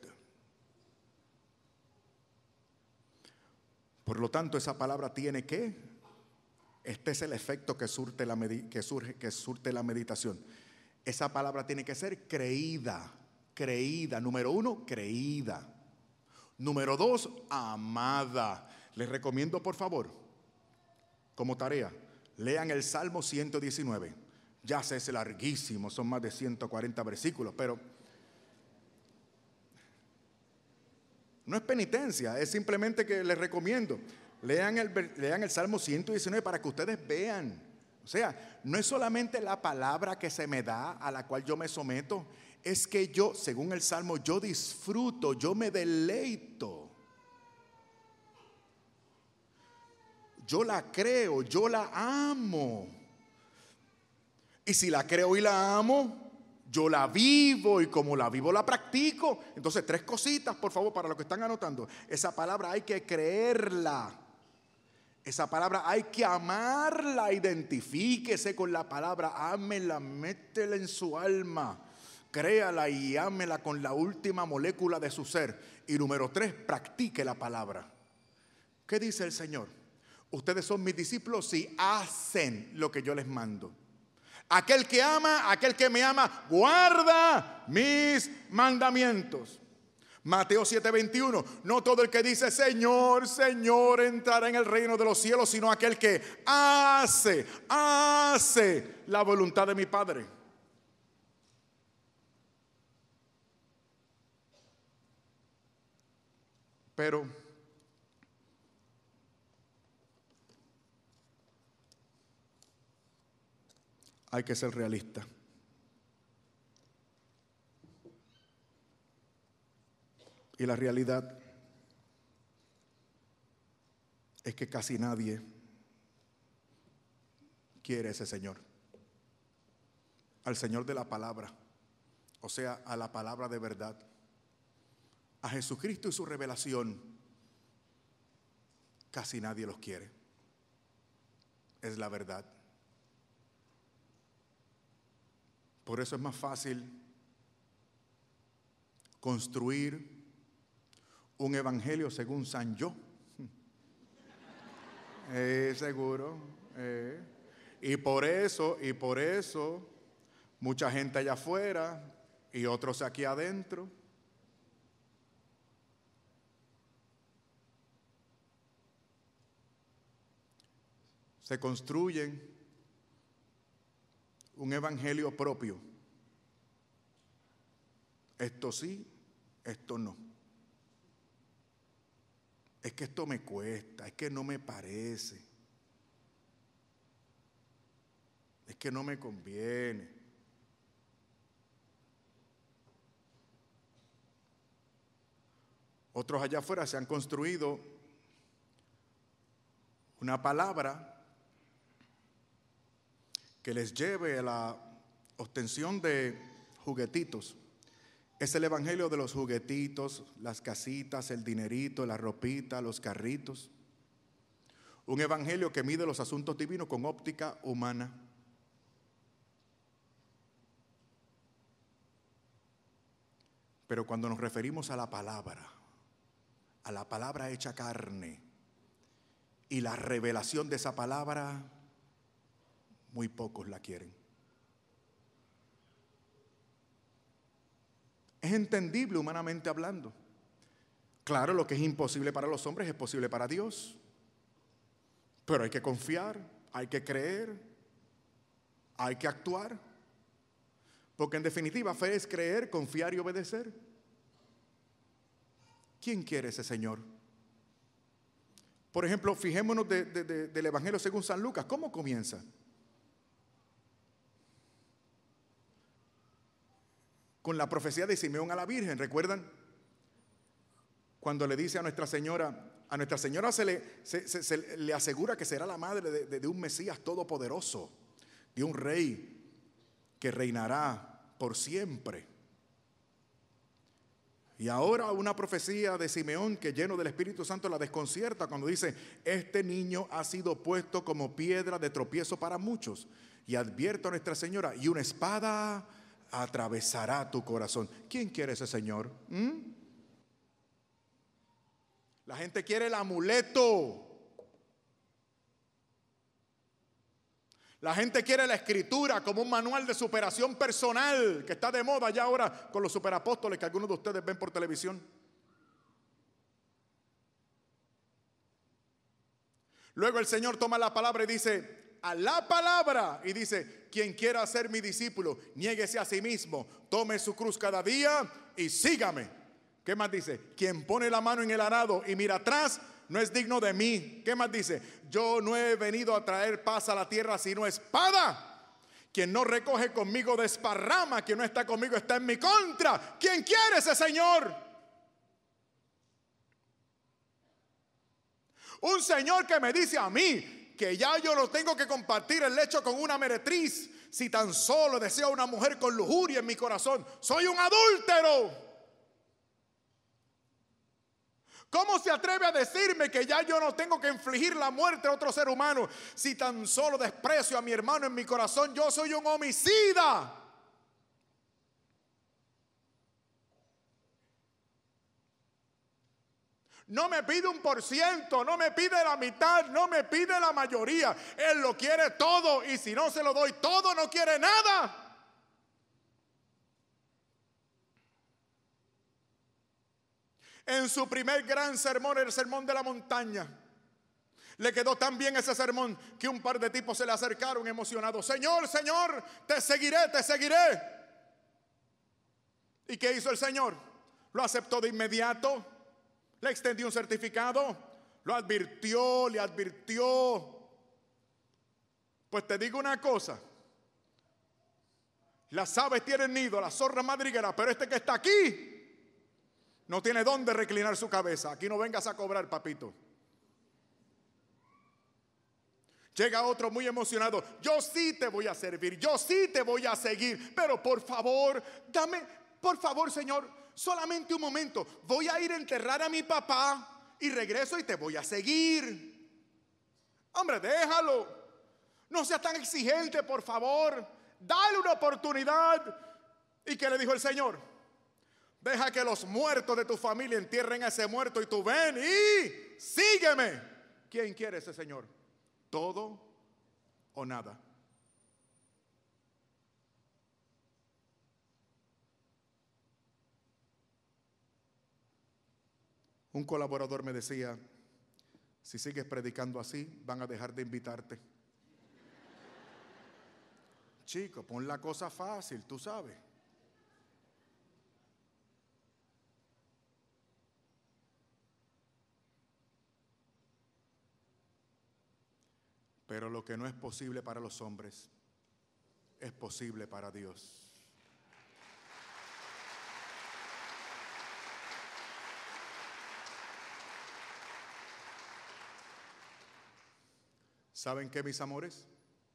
Por lo tanto, esa palabra tiene que, este es el efecto que surte la, que surge, que surte la meditación. Esa palabra tiene que ser creída, creída. Número uno, creída. Número dos, amada. Les recomiendo, por favor, como tarea, lean el Salmo ciento diecinueve. Ya sé, es larguísimo, son más de ciento cuarenta versículos, pero no es penitencia, es simplemente que les recomiendo. Lean el, lean el Salmo ciento diecinueve para que ustedes vean. O sea, no es solamente la palabra que se me da, a la cual yo me someto, es que yo, según el Salmo, yo disfruto, yo me deleito. Yo la creo, yo la amo. Y si la creo y la amo, yo la vivo, y como la vivo la practico. Entonces, tres cositas, por favor, para los que están anotando. Esa palabra hay que creerla. Esa palabra hay que amarla. Identifíquese con la palabra, ámela, métela en su alma. Créala y ámela con la última molécula de su ser. Y número tres, practique la palabra. ¿Qué dice el Señor? Ustedes son mis discípulos si hacen lo que yo les mando. Aquel que ama, aquel que me ama, guarda mis mandamientos. Mateo siete veintiuno. No todo el que dice Señor, Señor entrará en el reino de los cielos, sino aquel que hace, hace la voluntad de mi Padre. Pero hay que ser realista. Y la realidad es que casi nadie quiere a ese Señor, al Señor de la palabra, o sea, a la palabra de verdad, a Jesucristo y su revelación. Casi nadie los quiere. Es la verdad. Por eso es más fácil construir un evangelio según San Yo. Eh, seguro. Eh. Y por eso, y por eso, mucha gente allá afuera y otros aquí adentro. Se construyen un evangelio propio. Esto sí, esto no. Es que esto me cuesta, es que no me parece, es que no me conviene. Otros allá afuera se han construido una palabra que les lleve a la obtención de juguetitos. Es el evangelio de los juguetitos, las casitas, el dinerito, la ropita, los carritos. Un evangelio que mide los asuntos divinos con óptica humana. Pero cuando nos referimos a la palabra, a la palabra hecha carne y la revelación de esa palabra, muy pocos la quieren. Es entendible humanamente hablando. Claro, lo que es imposible para los hombres es posible para Dios. Pero hay que confiar, hay que creer, hay que actuar. Porque en definitiva, fe es creer, confiar y obedecer. ¿Quién quiere ese Señor? Por ejemplo, fijémonos de, de, de, del Evangelio según San Lucas. ¿Cómo comienza? Con la profecía de Simeón a la Virgen. ¿Recuerdan? Cuando le dice a Nuestra Señora, a Nuestra Señora se le, se, se, se le asegura que será la madre de, de, de un Mesías todopoderoso, de un rey que reinará por siempre. Y ahora una profecía de Simeón que lleno del Espíritu Santo la desconcierta cuando dice: este niño ha sido puesto como piedra de tropiezo para muchos. Y advierto a Nuestra Señora, y una espada atravesará tu corazón. ¿Quién quiere ese Señor? ¿Mm? La gente quiere el amuleto. La gente quiere la escritura como un manual de superación personal que está de moda ya ahora con los superapóstoles que algunos de ustedes ven por televisión. Luego el Señor toma la palabra y dice: a la palabra, y dice: quien quiera ser mi discípulo, niéguese a sí mismo, tome su cruz cada día y sígame. ¿Qué más dice? Quien pone la mano en el arado y mira atrás no es digno de mí. ¿Qué más dice? Yo no he venido a traer paz a la tierra sino espada. Quien no recoge conmigo desparrama, quien no está conmigo está en mi contra. ¿Quién quiere ese Señor? Un Señor que me dice a mí que ya yo no tengo que compartir el lecho con una meretriz. Si tan solo deseo una mujer con lujuria en mi corazón, soy un adúltero. ¿Cómo se atreve a decirme que ya yo no tengo que infligir la muerte a otro ser humano? Si tan solo desprecio a mi hermano en mi corazón, yo soy un homicida. No me pide un por ciento, no me pide la mitad, no me pide la mayoría. Él lo quiere todo, y si no se lo doy todo, no quiere nada. En su primer gran sermón, el sermón de la montaña, le quedó tan bien ese sermón que un par de tipos se le acercaron emocionados. Señor, Señor, te seguiré, te seguiré. ¿Y qué hizo el Señor? Lo aceptó de inmediato, le extendió un certificado, lo advirtió, le advirtió. Pues te digo una cosa, las aves tienen nido, las zorras madrigueras, pero este que está aquí no tiene dónde reclinar su cabeza. Aquí no vengas a cobrar, papito. Llega otro muy emocionado. Yo sí te voy a servir, yo sí te voy a seguir, pero por favor, dame, por favor, Señor, solamente un momento. Voy a ir a enterrar a mi papá y regreso y te voy a seguir. Hombre, déjalo. No seas tan exigente, por favor. Dale una oportunidad. ¿Y qué le dijo el Señor? Deja que los muertos de tu familia entierren a ese muerto y tú ven y sígueme. ¿Quién quiere ese Señor? ¿Todo o nada? Un colaborador me decía, si sigues predicando así, van a dejar de invitarte. Chico, pon la cosa fácil, tú sabes. Pero lo que no es posible para los hombres, es posible para Dios. ¿Saben qué, mis amores?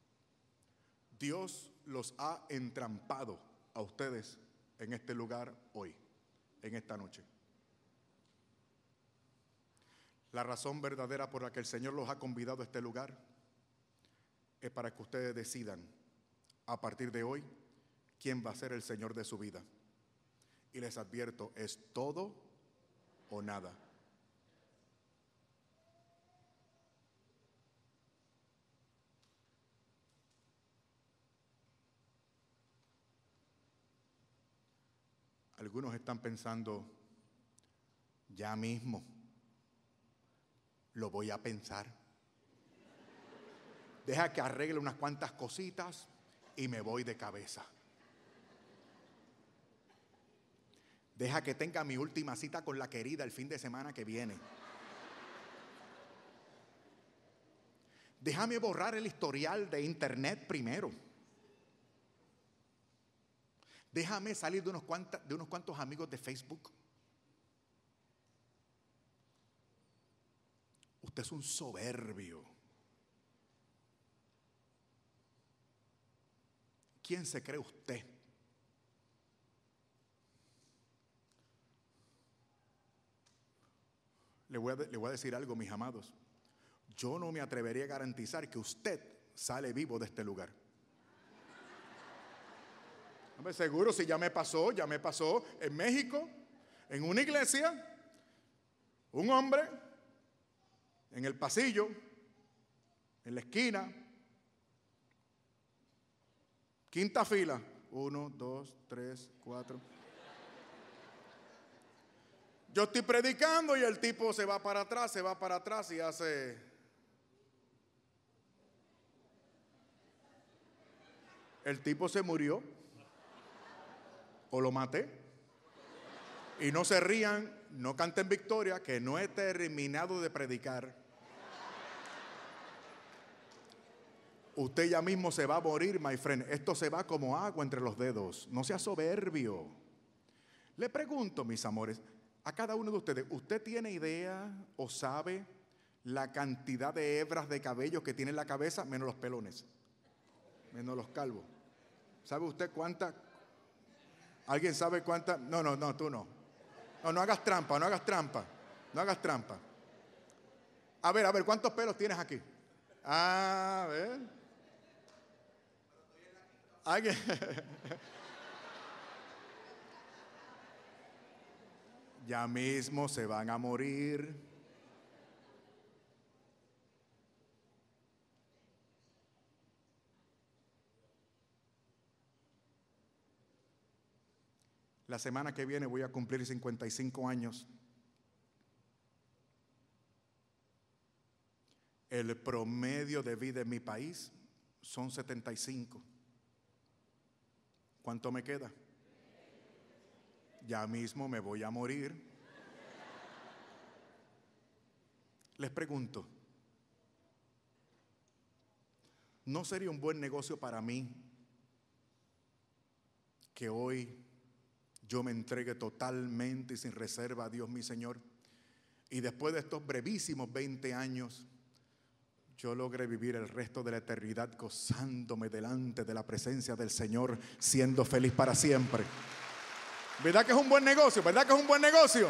Dios los ha entrampado a ustedes en este lugar hoy, en esta noche. La razón verdadera por la que el Señor los ha convidado a este lugar es para que ustedes decidan a partir de hoy quién va a ser el Señor de su vida. Y les advierto, es todo o nada. Algunos están pensando, ya mismo lo voy a pensar. Deja que arregle unas cuantas cositas y me voy de cabeza. Deja que tenga mi última cita con la querida el fin de semana que viene. Déjame borrar el historial de internet primero. Déjame salir de unos, cuantos, de unos cuantos amigos de Facebook. Usted es un soberbio. ¿Quién se cree usted? Le voy, a, le voy a decir algo, mis amados. Yo no me atrevería a garantizar que usted sale vivo de este lugar. Hombre, seguro, si ya me pasó, ya me pasó en México, en una iglesia, un hombre en el pasillo, en la esquina, quinta fila, uno, dos, tres, cuatro. Yo estoy predicando y el tipo se va para atrás, se va para atrás y hace... El tipo se murió o lo maté. Y no se rían, no canten victoria, que no he terminado de predicar. usted ya mismo se va a morir, my friend. Esto se va como agua entre los dedos. No sea soberbio. Le pregunto, mis amores, a cada uno de ustedes, ¿usted tiene idea o sabe la cantidad de hebras de cabello que tiene en la cabeza? Menos los pelones, menos los calvos. ¿Sabe usted cuánta? ¿Alguien sabe cuánta? No, no, no, tú no. No, no hagas trampa, no hagas trampa. No hagas trampa. A ver, a ver, ¿cuántos pelos tienes aquí? Ah, a ver. ¿Alguien? Ya mismo se van a morir. La semana que viene voy a cumplir cincuenta y cinco años. El promedio de vida en mi país son setenta y cinco. ¿Cuánto me queda? Ya mismo me voy a morir. Les pregunto, ¿no sería un buen negocio para mí que hoy yo me entregue totalmente y sin reserva a Dios mi Señor, y después de estos brevísimos veinte años yo logré vivir el resto de la eternidad gozándome delante de la presencia del Señor, siendo feliz para siempre? ¿Verdad que es un buen negocio? ¿Verdad que es un buen negocio?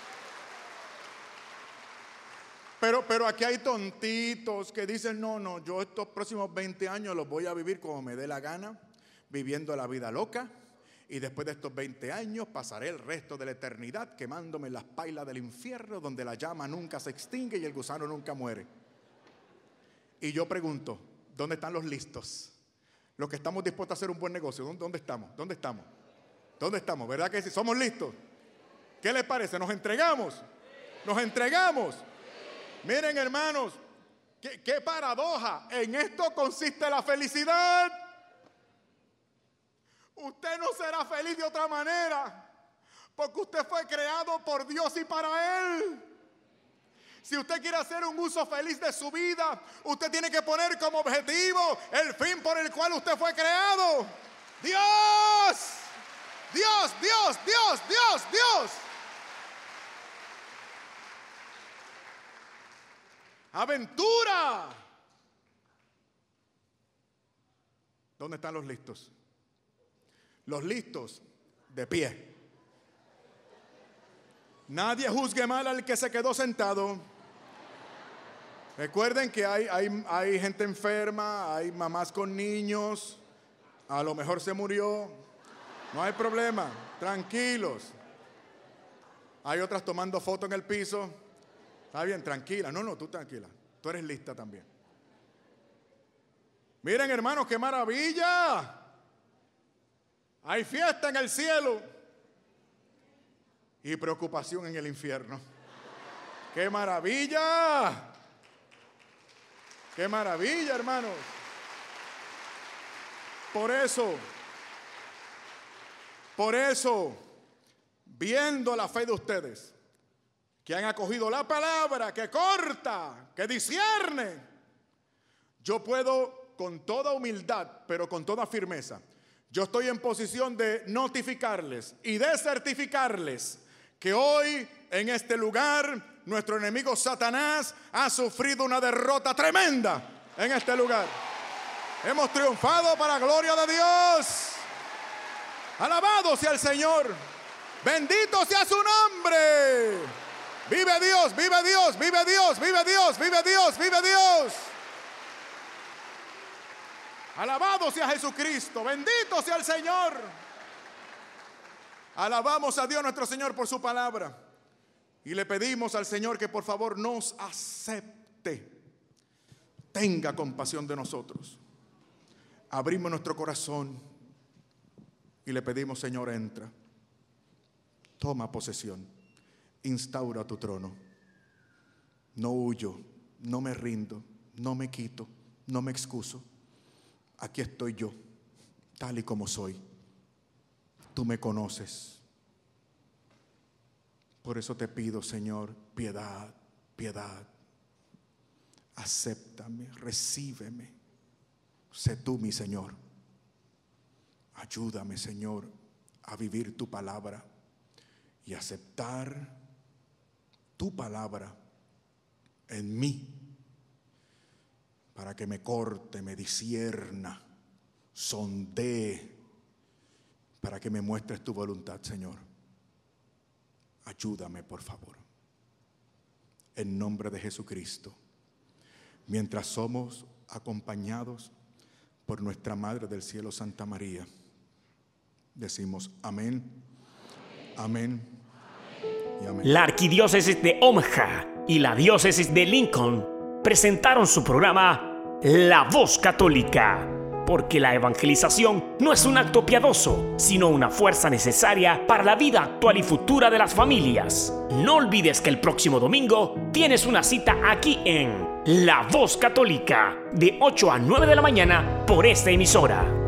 Pero, pero aquí hay tontitos que dicen, no, no, yo estos próximos veinte años los voy a vivir como me dé la gana, viviendo la vida loca. Y después de estos veinte años pasaré el resto de la eternidad quemándome en las pailas del infierno, donde la llama nunca se extingue y el gusano nunca muere. Y yo pregunto, ¿dónde están los listos? Los que estamos dispuestos a hacer un buen negocio. ¿Dónde, dónde estamos? ¿Dónde estamos? ¿Dónde estamos? ¿Verdad que sí? ¿Somos listos? ¿Qué les parece? ¿Nos entregamos? ¿Nos entregamos? Miren, hermanos, qué, qué paradoja. En esto consiste la felicidad. Usted no será feliz de otra manera, porque usted fue creado por Dios y para Él. Si usted quiere hacer un uso feliz de su vida, usted tiene que poner como objetivo el fin por el cual usted fue creado. Dios, Dios, Dios, Dios, Dios, Dios. Aventura. ¿Dónde están los listos? Los listos, de pie. Nadie juzgue mal al que se quedó sentado. Recuerden que hay, hay, hay gente enferma, hay mamás con niños, a lo mejor se murió. No hay problema, tranquilos. Hay otras tomando foto en el piso. Está bien, tranquila. No, no, tú tranquila. Tú eres lista también. Miren, hermanos, qué maravilla. Hay fiesta en el cielo y preocupación en el infierno. ¡Qué maravilla! ¡Qué maravilla, hermanos! Por eso, por eso, viendo la fe de ustedes, que han acogido la palabra, que corta, que discierne, yo puedo con toda humildad, pero con toda firmeza, yo estoy en posición de notificarles y de certificarles que hoy en este lugar nuestro enemigo Satanás ha sufrido una derrota tremenda en este lugar. Hemos triunfado para la gloria de Dios. Alabado sea el Señor. Bendito sea su nombre. Vive Dios, vive Dios, vive Dios, vive Dios, vive Dios, vive Dios. Alabado sea Jesucristo, bendito sea el Señor. Alabamos a Dios nuestro Señor por su palabra. Y le pedimos al Señor que por favor nos acepte. Tenga compasión de nosotros. Abrimos nuestro corazón y le pedimos, Señor, entra. Toma posesión. Instaura tu trono. No huyo, no me rindo, no me quito, no me excuso. Aquí estoy yo, tal y como soy. Tú me conoces. Por eso te pido, Señor, piedad, piedad. Acéptame, recíbeme. sé tú mi Señor. Ayúdame, Señor, a vivir tu palabra y aceptar tu palabra en mí, para que me corte, me discierna, sondee, para que me muestres tu voluntad, Señor. Ayúdame, por favor. En nombre de Jesucristo. Mientras somos acompañados por nuestra Madre del Cielo, Santa María, decimos amén, amén, amén y amén. La Arquidiócesis de Omaha y la Diócesis de Lincoln presentaron su programa La Voz Católica, porque la evangelización no es un acto piadoso, sino una fuerza necesaria para la vida actual y futura de las familias. No olvides que el próximo domingo tienes una cita aquí en La Voz Católica, de ocho a nueve de la mañana por esta emisora.